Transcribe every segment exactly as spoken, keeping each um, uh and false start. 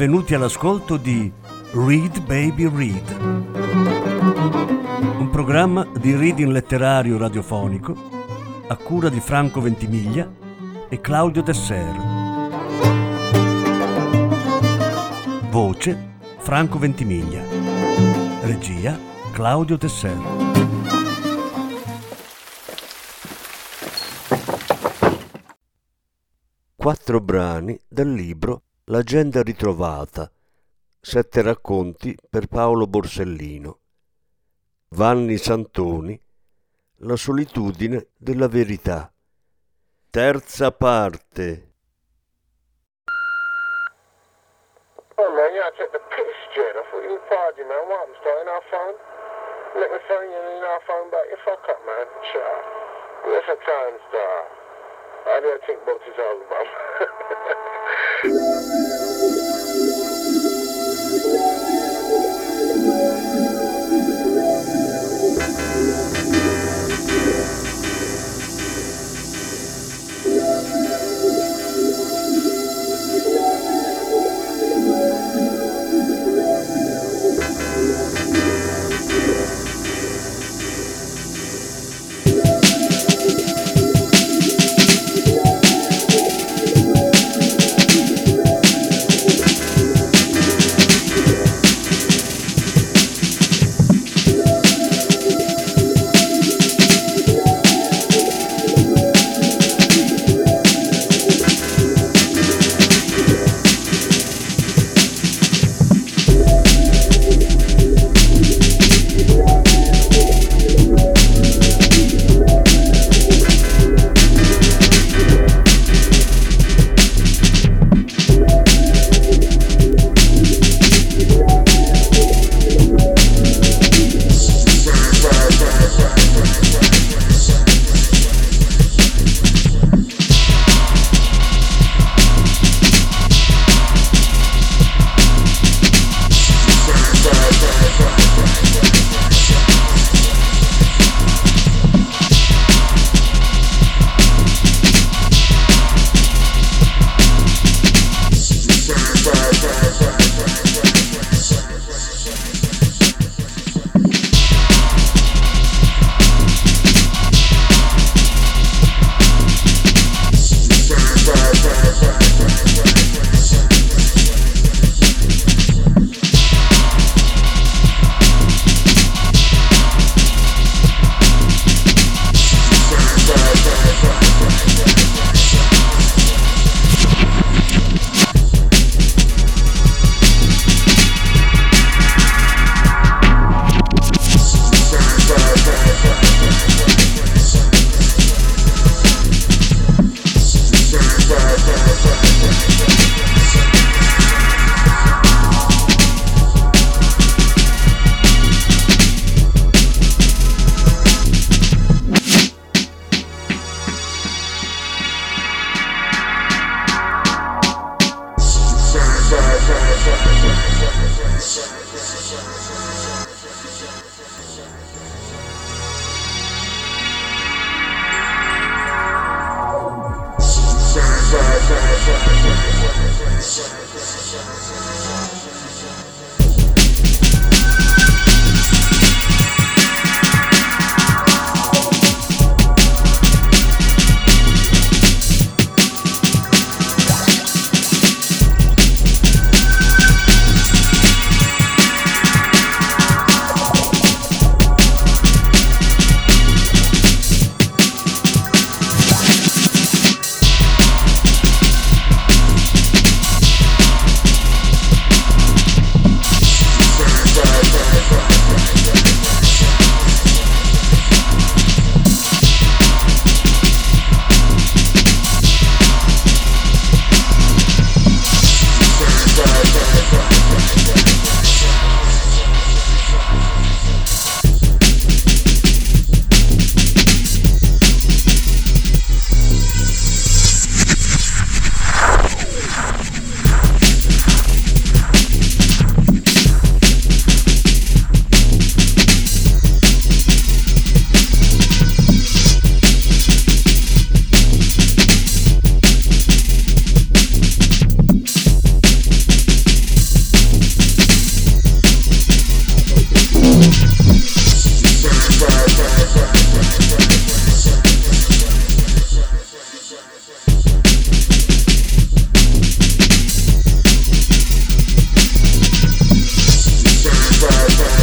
benvenuti all'ascolto di Read Baby Read, un programma di reading letterario radiofonico a cura di Franco Ventimiglia e Claudio Desser. Voce Franco Ventimiglia. Regia Claudio Desser. Quattro brani dal libro L'agenda ritrovata, sette racconti per Paolo Borsellino. Vanni Santoni, La solitudine della verità. Terza parte. Oh man, y'all take the piss, Jed. I thought you was partying, man. What happened? Starting our phone? Let me phone you and our phone back. You fuck up, man. Sure. Where's the time star? I don't think about this album.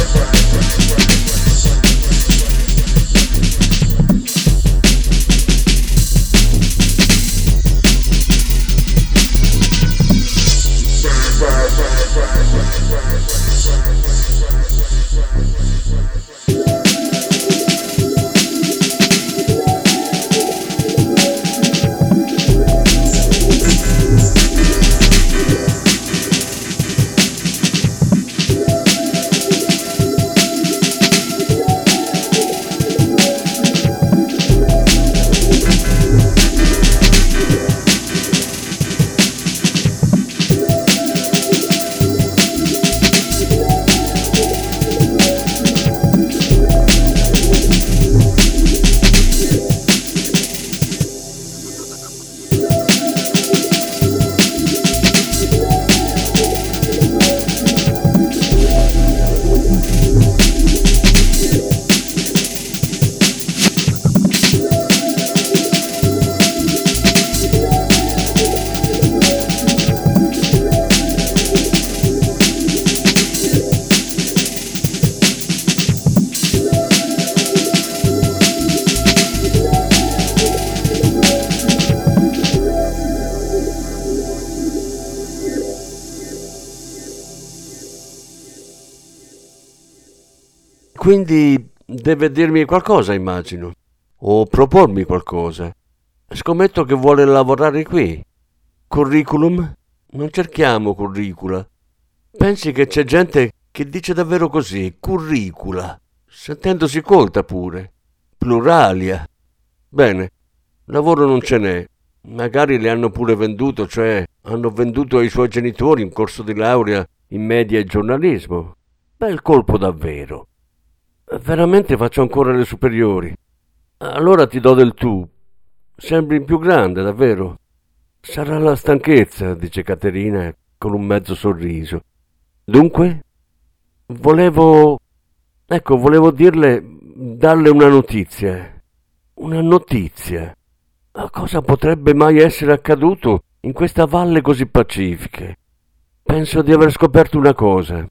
Quindi deve dirmi qualcosa, immagino, o propormi qualcosa. Scommetto che vuole lavorare qui. Curriculum? Non cerchiamo curricula. Pensi che c'è gente che dice davvero così, curricula, sentendosi colta pure. Pluralia. Bene, lavoro non ce n'è. Magari le hanno pure venduto, cioè hanno venduto ai suoi genitori un corso di laurea in media e giornalismo. Bel colpo davvero. Veramente faccio ancora le superiori. Allora ti do del tu. Sembri più grande, davvero. Sarà la stanchezza, dice Caterina con un mezzo sorriso. Dunque? Volevo... Ecco, volevo dirle, darle una notizia. Una notizia. Ma cosa potrebbe mai essere accaduto in questa valle così pacifica? Penso di aver scoperto una cosa.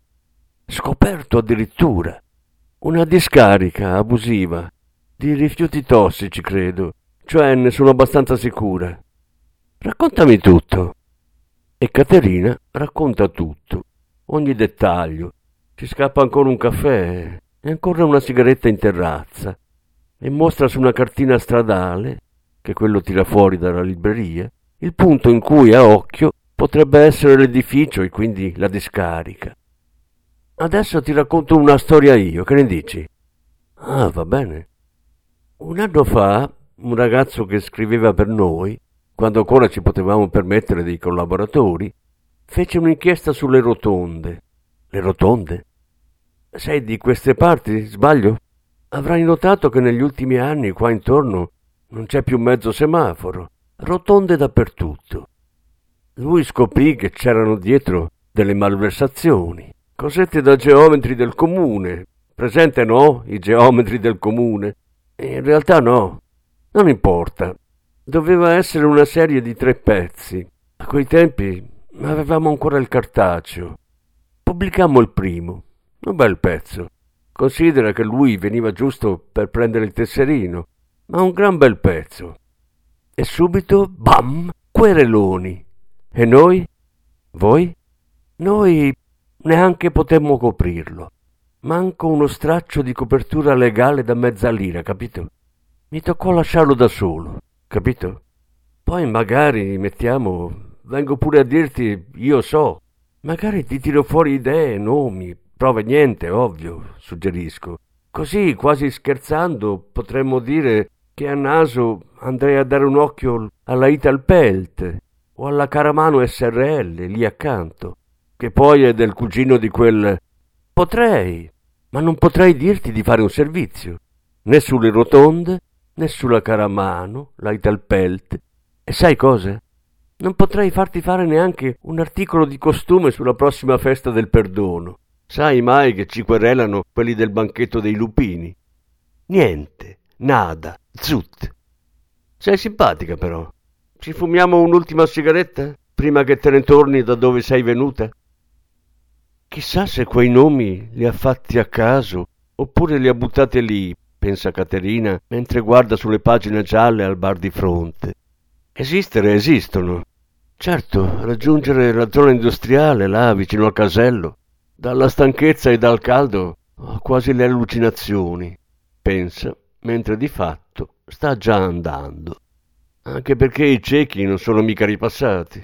Scoperto addirittura. Una discarica abusiva. Di rifiuti tossici, credo. Cioè, ne sono abbastanza sicura. Raccontami tutto. E Caterina racconta tutto. Ogni dettaglio. Ci scappa ancora un caffè e ancora una sigaretta in terrazza. E mostra su una cartina stradale, che quello tira fuori dalla libreria, il punto in cui a occhio potrebbe essere l'edificio e quindi la discarica. Adesso ti racconto una storia io, che ne dici? Ah, va bene. Un anno fa, un ragazzo che scriveva per noi, quando ancora ci potevamo permettere dei collaboratori, fece un'inchiesta sulle rotonde. Le rotonde? Sei di queste parti, sbaglio? Avrai notato che negli ultimi anni qua intorno non c'è più mezzo semaforo, rotonde dappertutto. Lui scoprì che c'erano dietro delle malversazioni, cosette da geometri del comune. Presente, no? I geometri del comune. In realtà no, non importa. Doveva essere una serie di tre pezzi. A quei tempi avevamo ancora il cartaceo. Pubblicammo il primo, un bel pezzo. Considera che lui veniva giusto per prendere il tesserino, ma un gran bel pezzo. E subito, bam, quereloni. E noi? Voi? Noi neanche potemmo coprirlo. Manco uno straccio di copertura legale da mezza lira, capito? Mi toccò lasciarlo da solo, capito? Poi magari, mettiamo, vengo pure a dirti, io so, magari ti tiro fuori idee, nomi, prove, niente, ovvio, suggerisco. Così, quasi scherzando, potremmo dire che a naso andrei a dare un occhio alla Italpelt o alla Caramano S R L, lì accanto, che poi è del cugino di quel... Potrei, ma non potrei dirti di fare un servizio, né sulle rotonde, né sulla Caramano, la Italpelt. E sai cosa? Non potrei farti fare neanche un articolo di costume sulla prossima festa del perdono. Sai mai che ci querelano quelli del banchetto dei lupini? Niente, nada, zut. Sei simpatica però. Ci fumiamo un'ultima sigaretta prima che te ne torni da dove sei venuta? Chissà se quei nomi li ha fatti a caso oppure li ha buttati lì, pensa Caterina mentre guarda sulle pagine gialle al bar di fronte. Esistere esistono. Certo, raggiungere la zona industriale là vicino al casello, dalla stanchezza e dal caldo ho quasi le allucinazioni, pensa, mentre di fatto sta già andando. Anche perché i ciechi non sono mica ripassati.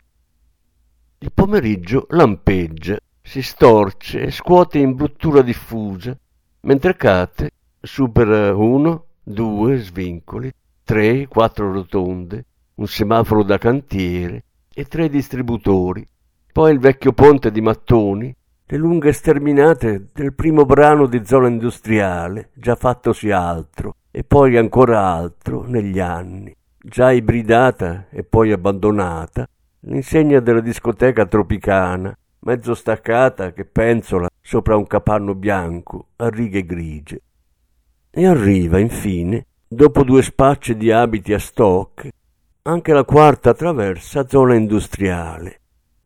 Il pomeriggio lampeggia, si storce e scuote in bruttura diffusa, mentre Kate supera uno, due svincoli, tre, quattro rotonde, un semaforo da cantiere e tre distributori, poi il vecchio ponte di mattoni, le lunghe sterminate del primo brano di zona industriale, già fattosi altro, e poi ancora altro negli anni, già ibridata e poi abbandonata, l'insegna della discoteca tropicana, mezzo staccata che penzola sopra un capanno bianco a righe grigie. E arriva, infine, dopo due spacce di abiti a stock, anche la quarta traversa zona industriale,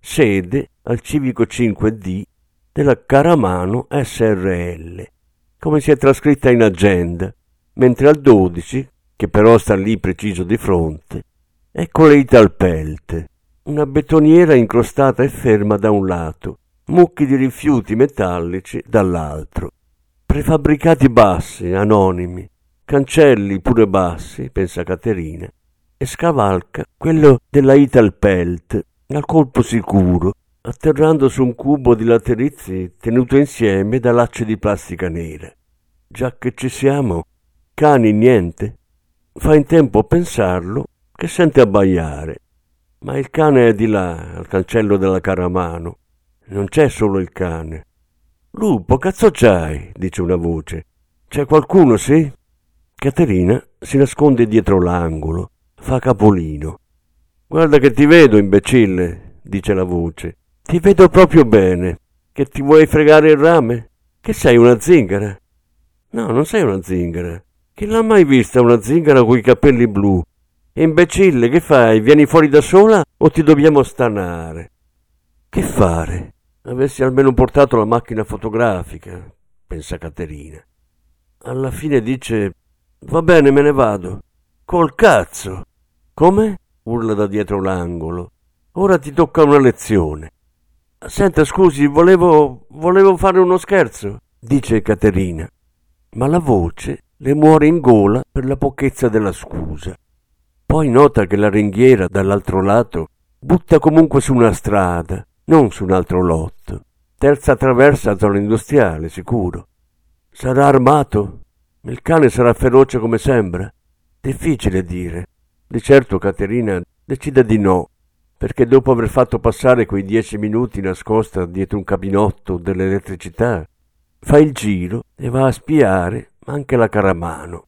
sede al civico cinque D della Caramano S R L, come si è trascritta in agenda, mentre al dodici, che però sta lì preciso di fronte, ecco le Italpelt, una betoniera incrostata e ferma da un lato, mucchi di rifiuti metallici dall'altro, prefabbricati bassi, anonimi, cancelli pure bassi, pensa Caterina, e scavalca quello della Italpelt al colpo sicuro, atterrando su un cubo di laterizi tenuto insieme da lacci di plastica nera. Già che ci siamo, cani niente. Fa in tempo a pensarlo che sente abbaiare. Ma il cane è di là, al cancello della Caramano. Non c'è solo il cane. «Lupo, cazzo c'hai?» dice una voce. «C'è qualcuno, sì?» Caterina si nasconde dietro l'angolo, fa capolino. «Guarda che ti vedo, imbecille», dice la voce. «Ti vedo proprio bene. Che ti vuoi fregare il rame? Che sei, una zingara?» «No, non sei una zingara. Chi l'ha mai vista una zingara coi capelli blu? Imbecille, che fai? Vieni fuori da sola o ti dobbiamo stanare?» «Che fare? Avessi almeno portato la macchina fotografica», pensa Caterina. Alla fine dice: «Va bene, me ne vado». «Col cazzo!» «Come?» urla da dietro l'angolo. «Ora ti tocca una lezione». «Senta, scusi, volevo... volevo fare uno scherzo», dice Caterina. Ma la voce le muore in gola per la pochezza della scusa. Poi nota che la ringhiera dall'altro lato butta comunque su una strada, non su un altro lotto. Terza traversa zona industriale, sicuro. Sarà armato? Il cane sarà feroce come sembra? Difficile dire. Di certo Caterina decide di no, perché dopo aver fatto passare quei dieci minuti nascosta dietro un cabinotto dell'elettricità, fa il giro e va a spiare anche la Caramano.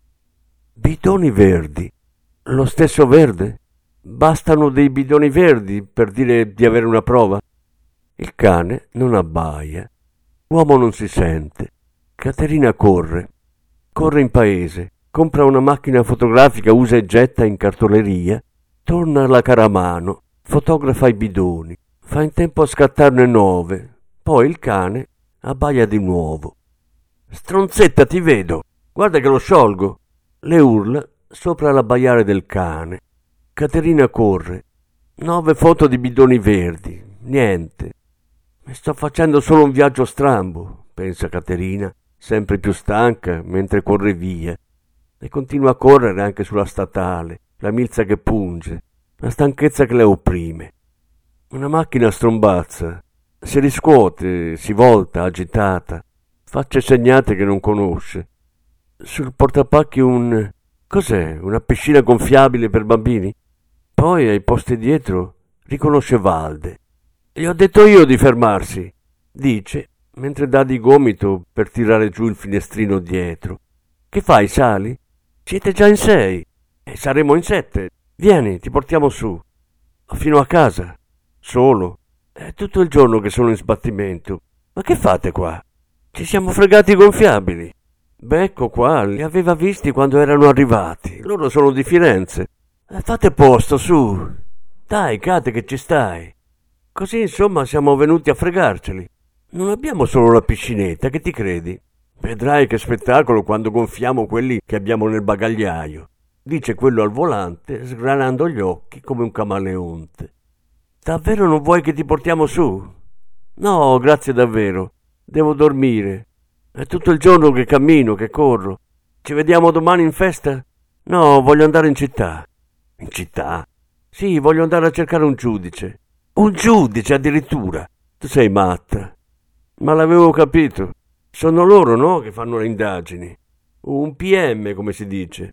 Bidoni verdi. Lo stesso verde? Bastano dei bidoni verdi per dire di avere una prova? Il cane non abbaia. L'uomo non si sente. Caterina corre. Corre in paese. Compra una macchina fotografica usa e getta in cartoleria. Torna alla Caramano. Fotografa i bidoni. Fa in tempo a scattarne nove. Poi il cane abbaia di nuovo. «Stronzetta, ti vedo! Guarda che lo sciolgo!» Le urla sopra l'abbaiare del cane. Caterina corre. Nove foto di bidoni verdi. Niente. «Mi sto facendo solo un viaggio strambo», pensa Caterina, sempre più stanca mentre corre via. E continua a correre anche sulla statale, la milza che punge, la stanchezza che la opprime. Una macchina strombazza. Si riscuote, si volta, agitata. Facce segnate che non conosce. Sul portapacchi un... cos'è? Una piscina gonfiabile per bambini? Poi, ai posti dietro, riconosce Valde. «Gli ho detto io di fermarsi», dice, mentre dà di gomito per tirare giù il finestrino dietro. «Che fai, sali? Siete già in sei. E saremo in sette. Vieni, ti portiamo su». «Fino a casa?» «Solo. È tutto il giorno che sono in sbattimento. Ma che fate qua?» «Ci siamo fregati i gonfiabili». «Beh, ecco qua, li aveva visti quando erano arrivati. Loro sono di Firenze». «Fate posto, su. Dai, Cate, che ci stai. Così, insomma, siamo venuti a fregarceli». Non abbiamo solo la piscinetta, che ti credi? Vedrai che spettacolo quando gonfiamo quelli che abbiamo nel bagagliaio, dice quello al volante, sgranando gli occhi come un camaleonte. Davvero non vuoi che ti portiamo su? No, grazie davvero. Devo dormire. È tutto il giorno che cammino, che corro. Ci vediamo domani in festa? No, voglio andare in città. In città? Sì, voglio andare a cercare un giudice. Un giudice addirittura. Tu sei matta. Ma l'avevo capito. Sono loro, no, che fanno le indagini. Un P M, come si dice.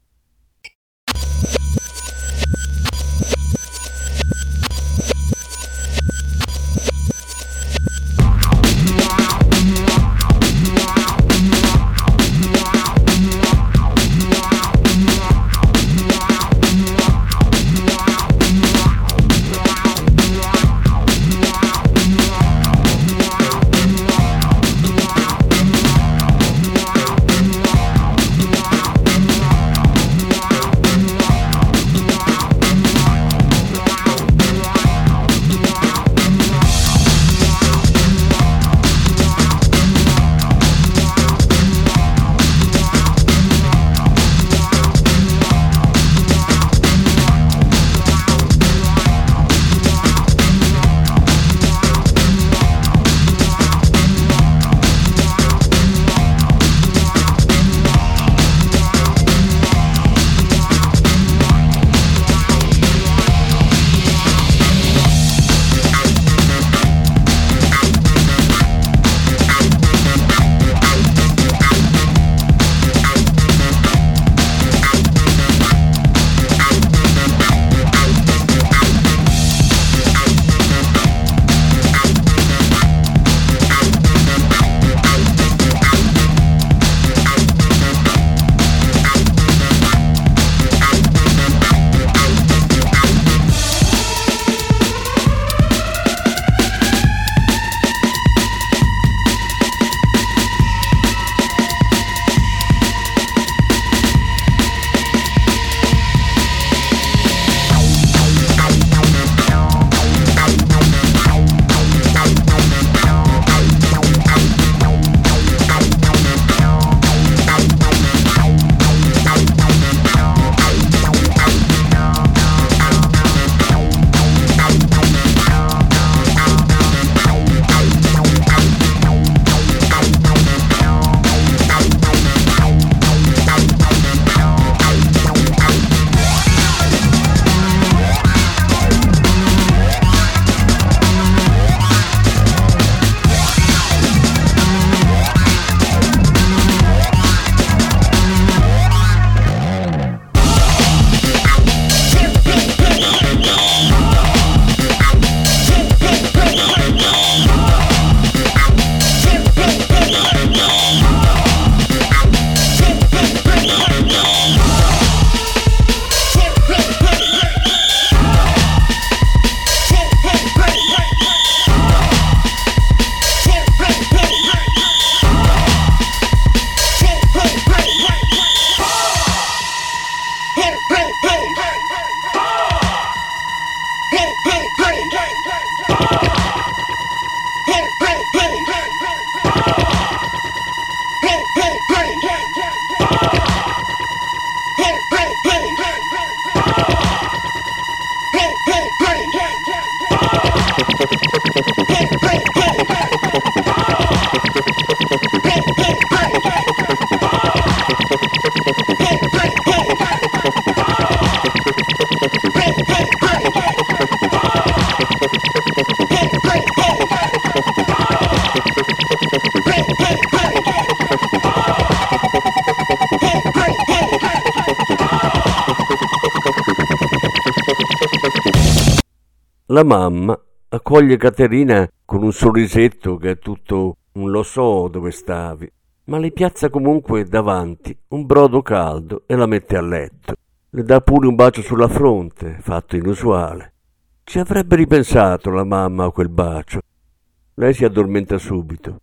La mamma accoglie Caterina con un sorrisetto che è tutto un lo so dove stavi, ma le piazza comunque davanti un brodo caldo e la mette a letto. Le dà pure un bacio sulla fronte, fatto inusuale. Ci avrebbe ripensato la mamma a quel bacio. Lei si addormenta subito.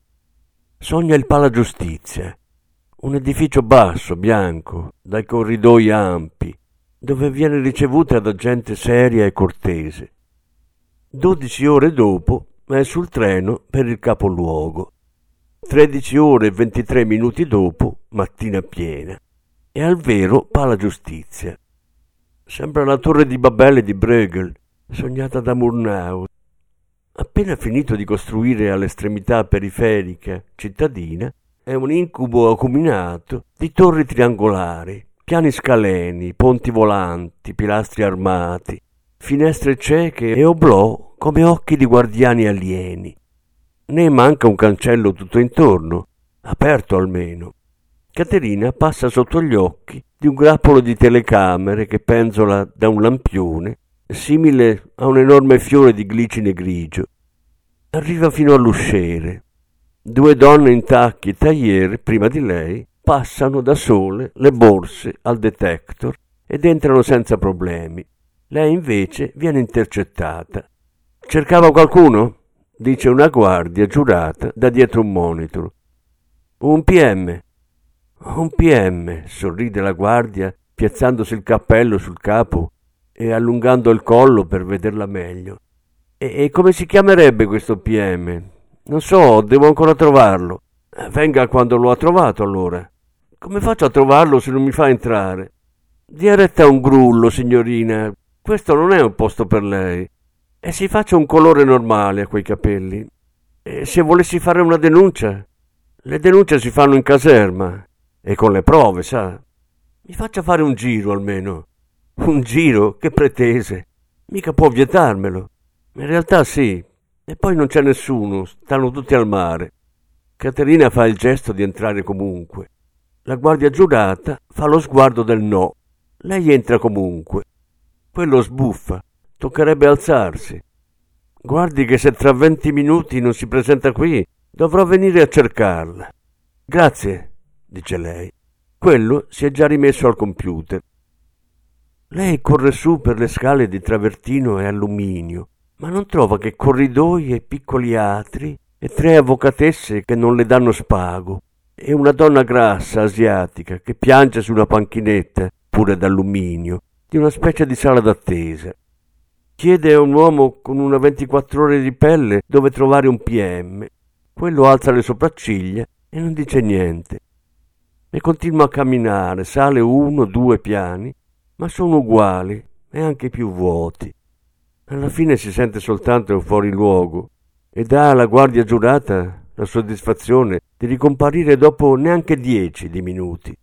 Sogna il Pala Giustizia, un edificio basso, bianco, dai corridoi ampi, dove viene ricevuta da gente seria e cortese. Dodici ore dopo ma è sul treno per il capoluogo. tredici ore e ventitré minuti dopo, mattina piena, e al vero Pala Giustizia. Sembra la torre di Babele di Bruegel, sognata da Murnau. Appena finito di costruire all'estremità periferica cittadina, è un incubo acuminato di torri triangolari, piani scaleni, ponti volanti, pilastri armati, finestre cieche e oblò come occhi di guardiani alieni. Ne manca un cancello tutto intorno, aperto almeno. Caterina passa sotto gli occhi di un grappolo di telecamere che penzola da un lampione, simile a un enorme fiore di glicine grigio. Arriva fino all'usciere. Due donne in tacchi e tagliere, prima di lei, passano da sole le borse al detector ed entrano senza problemi. Lei invece viene intercettata. «Cercava qualcuno?» dice una guardia giurata da dietro un monitor. «Un P M». «Un P M», sorride la guardia, piazzandosi il cappello sul capo e allungando il collo per vederla meglio. «E, e come si chiamerebbe questo P M?» «Non so, devo ancora trovarlo». «Venga quando lo ha trovato, allora». «Come faccio a trovarlo se non mi fa entrare?» «Dia retta a un grullo, signorina. Questo non è un posto per lei. E si faccia un colore normale a quei capelli. E se volessi fare una denuncia? Le denunce si fanno in caserma. E con le prove, sa. Mi faccia fare un giro almeno». «Un giro? Che pretese. Mica può vietarmelo». «In realtà sì. E poi non c'è nessuno, stanno tutti al mare». Caterina fa il gesto di entrare comunque. La guardia giurata fa lo sguardo del no. Lei entra comunque. Quello sbuffa. Toccherebbe alzarsi. «Guardi che se tra venti minuti non si presenta qui, dovrò venire a cercarla». «Grazie», dice lei. Quello si è già rimesso al computer. Lei corre su per le scale di travertino e alluminio, ma non trova che corridoi e piccoli atri e tre avvocatesse che non le danno spago e una donna grassa asiatica che piange su una panchinetta, pure d'alluminio, di una specie di sala d'attesa. Chiede a un uomo con una ventiquattro ore di pelle dove trovare un P M. Quello alza le sopracciglia e non dice niente. E continua a camminare, sale uno, due piani, ma sono uguali e anche più vuoti. Alla fine si sente soltanto fuori luogo e dà alla guardia giurata la soddisfazione di ricomparire dopo neanche dieci di minuti.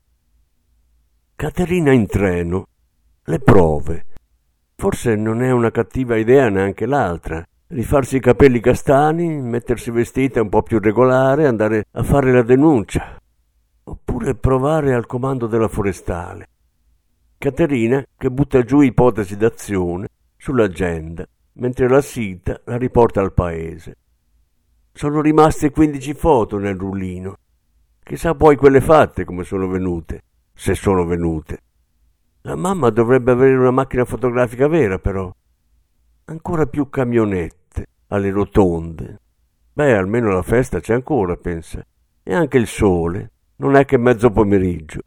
Caterina in treno. Le prove. Forse non è una cattiva idea neanche l'altra. Rifarsi i capelli castani, mettersi vestita un po' più regolare, andare a fare la denuncia. Oppure provare al comando della forestale. Caterina che butta giù ipotesi d'azione sull'agenda, mentre la Sita la riporta al paese. Sono rimaste quindici foto nel rullino. Chissà poi quelle fatte come sono venute, se sono venute. La mamma dovrebbe avere una macchina fotografica vera, però. Ancora più camionette, alle rotonde. Beh, almeno la festa c'è ancora, pensa. E anche il sole, non è che mezzo pomeriggio.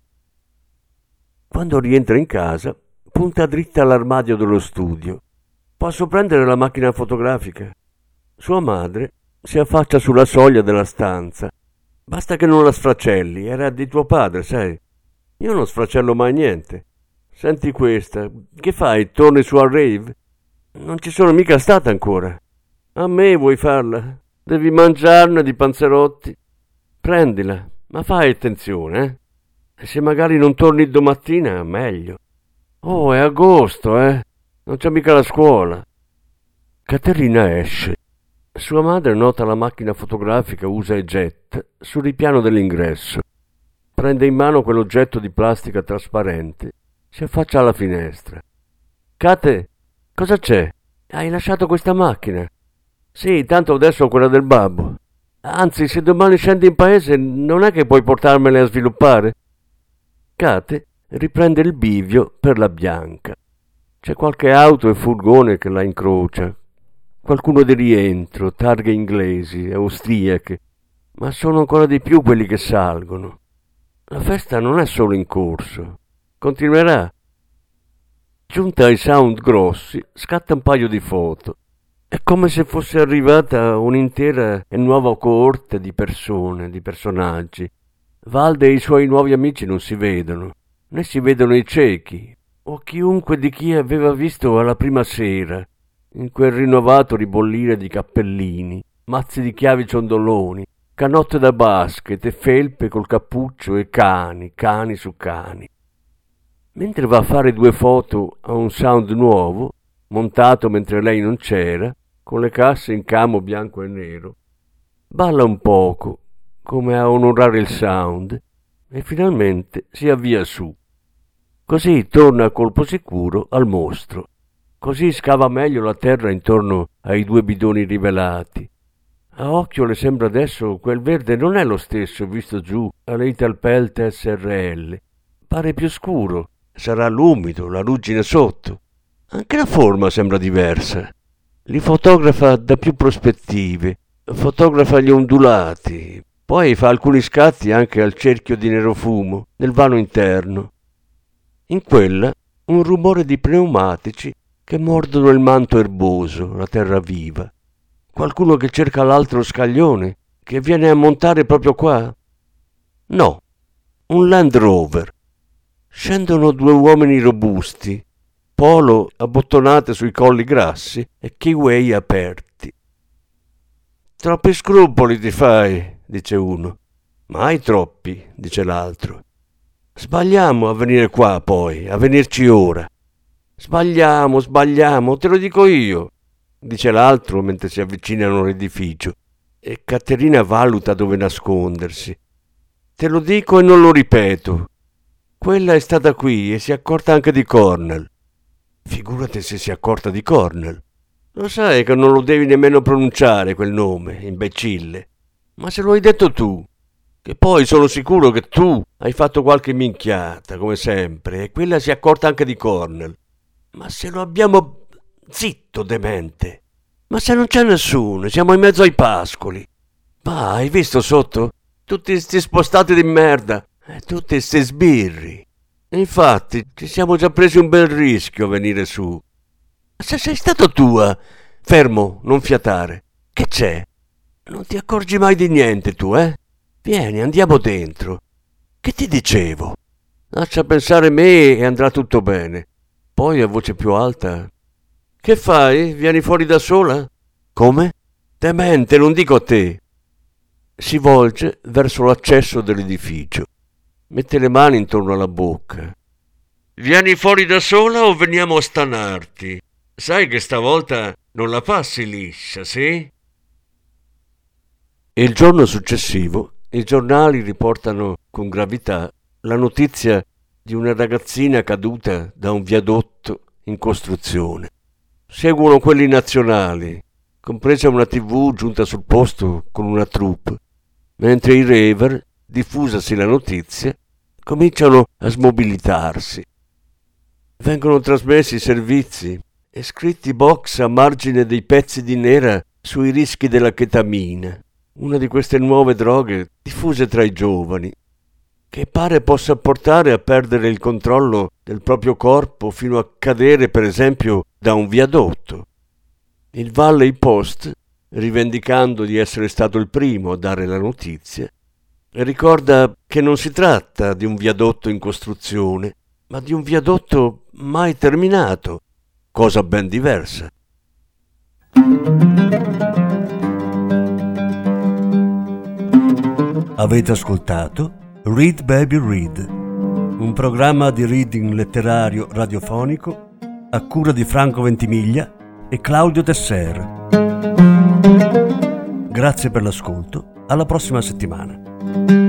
Quando rientra in casa, punta dritta all'armadio dello studio. «Posso prendere la macchina fotografica?» Sua madre si affaccia sulla soglia della stanza. «Basta che non la sfracelli, era di tuo padre, sai. Io non sfracello mai niente. Senti questa, che fai, torni su al rave? Non ci sono mica stata ancora. A me vuoi farla? Devi mangiarne di panzerotti. Prendila, ma fai attenzione, eh? E se magari non torni domattina, meglio. Oh, è agosto, eh? Non c'è mica la scuola». Caterina esce. Sua madre nota la macchina fotografica usa e getta sul ripiano dell'ingresso. Prende in mano quell'oggetto di plastica trasparente. Si affaccia alla finestra. «Cate, cosa c'è? Hai lasciato questa macchina?» «Sì, tanto adesso ho quella del babbo. Anzi, se domani scendi in paese, non è che puoi portarmele a sviluppare?» Cate riprende il bivio per la bianca. C'è qualche auto e furgone che la incrocia. Qualcuno di rientro, targhe inglesi, austriache. Ma sono ancora di più quelli che salgono. La festa non è solo in corso. Continuerà. Giunta ai sound grossi, scatta un paio di foto. È come se fosse arrivata un'intera e nuova coorte di persone, di personaggi. Valde e i suoi nuovi amici non si vedono, né si vedono i ciechi, o chiunque di chi aveva visto alla prima sera, in quel rinnovato ribollire di cappellini, mazzi di chiavi ciondoloni, canotte da basket e felpe col cappuccio e cani, cani su cani. Mentre va a fare due foto a un sound nuovo, montato mentre lei non c'era, con le casse in camo bianco e nero, balla un poco, come a onorare il sound, e finalmente si avvia su. Così torna a colpo sicuro al mostro. Così scava meglio la terra intorno ai due bidoni rivelati. A occhio le sembra adesso quel verde non è lo stesso visto giù alla Italpelt S R L. Pare più scuro. Sarà l'umido, la ruggine sotto. Anche la forma sembra diversa. Li fotografa da più prospettive, fotografa gli ondulati, poi fa alcuni scatti anche al cerchio di nero fumo nel vano interno. In quella un rumore di pneumatici che mordono il manto erboso, la terra viva. Qualcuno che cerca l'altro scaglione, che viene a montare proprio qua? No, un Land Rover. Scendono due uomini robusti, polo abbottonate sui colli grassi e keyway aperti. Troppi scrupoli ti fai, dice uno. Mai troppi, dice l'altro. Sbagliamo a venire qua poi, a venirci ora. Sbagliamo, sbagliamo, te lo dico io, dice l'altro mentre si avvicinano all'edificio e Caterina valuta dove nascondersi. Te lo dico e non lo ripeto. Quella è stata qui e si è accorta anche di Cornell. Figurati se si è accorta di Cornell. Lo sai che non lo devi nemmeno pronunciare quel nome, imbecille. Ma se lo hai detto tu, che poi sono sicuro che tu hai fatto qualche minchiata, come sempre, e quella si è accorta anche di Cornell. Ma se lo abbiamo... Zitto, demente. Ma se non c'è nessuno, siamo in mezzo ai pascoli. Ma hai visto sotto? Tutti sti spostati di merda e tutti sti sbirri. E infatti ci siamo già presi un bel rischio a venire su. Se sei stato tu a... Fermo, non fiatare. Che c'è? Non ti accorgi mai di niente tu, eh? Vieni, andiamo dentro. Che ti dicevo? Lascia pensare me e andrà tutto bene. Poi a voce più alta... Che fai? Vieni fuori da sola? Come? Demente, non dico a te. Si volge verso l'accesso dell'edificio. Mette le mani intorno alla bocca. Vieni fuori da sola o veniamo a stanarti? Sai che stavolta non la passi liscia, sì? E il giorno successivo i giornali riportano con gravità la notizia di una ragazzina caduta da un viadotto in costruzione. Seguono quelli nazionali, compresa una tivù giunta sul posto con una troupe, mentre i raver, diffusasi la notizia, cominciano a smobilitarsi. Vengono trasmessi servizi e scritti box a margine dei pezzi di nera sui rischi della chetamina, una di queste nuove droghe diffuse tra i giovani, che pare possa portare a perdere il controllo del proprio corpo fino a cadere, per esempio, da un viadotto. Il Valley Post, rivendicando di essere stato il primo a dare la notizia, ricorda che non si tratta di un viadotto in costruzione, ma di un viadotto mai terminato, cosa ben diversa. Avete ascoltato Read Baby Read, un programma di reading letterario radiofonico a cura di Franco Ventimiglia e Claudio Tesser. Grazie per l'ascolto, alla prossima settimana.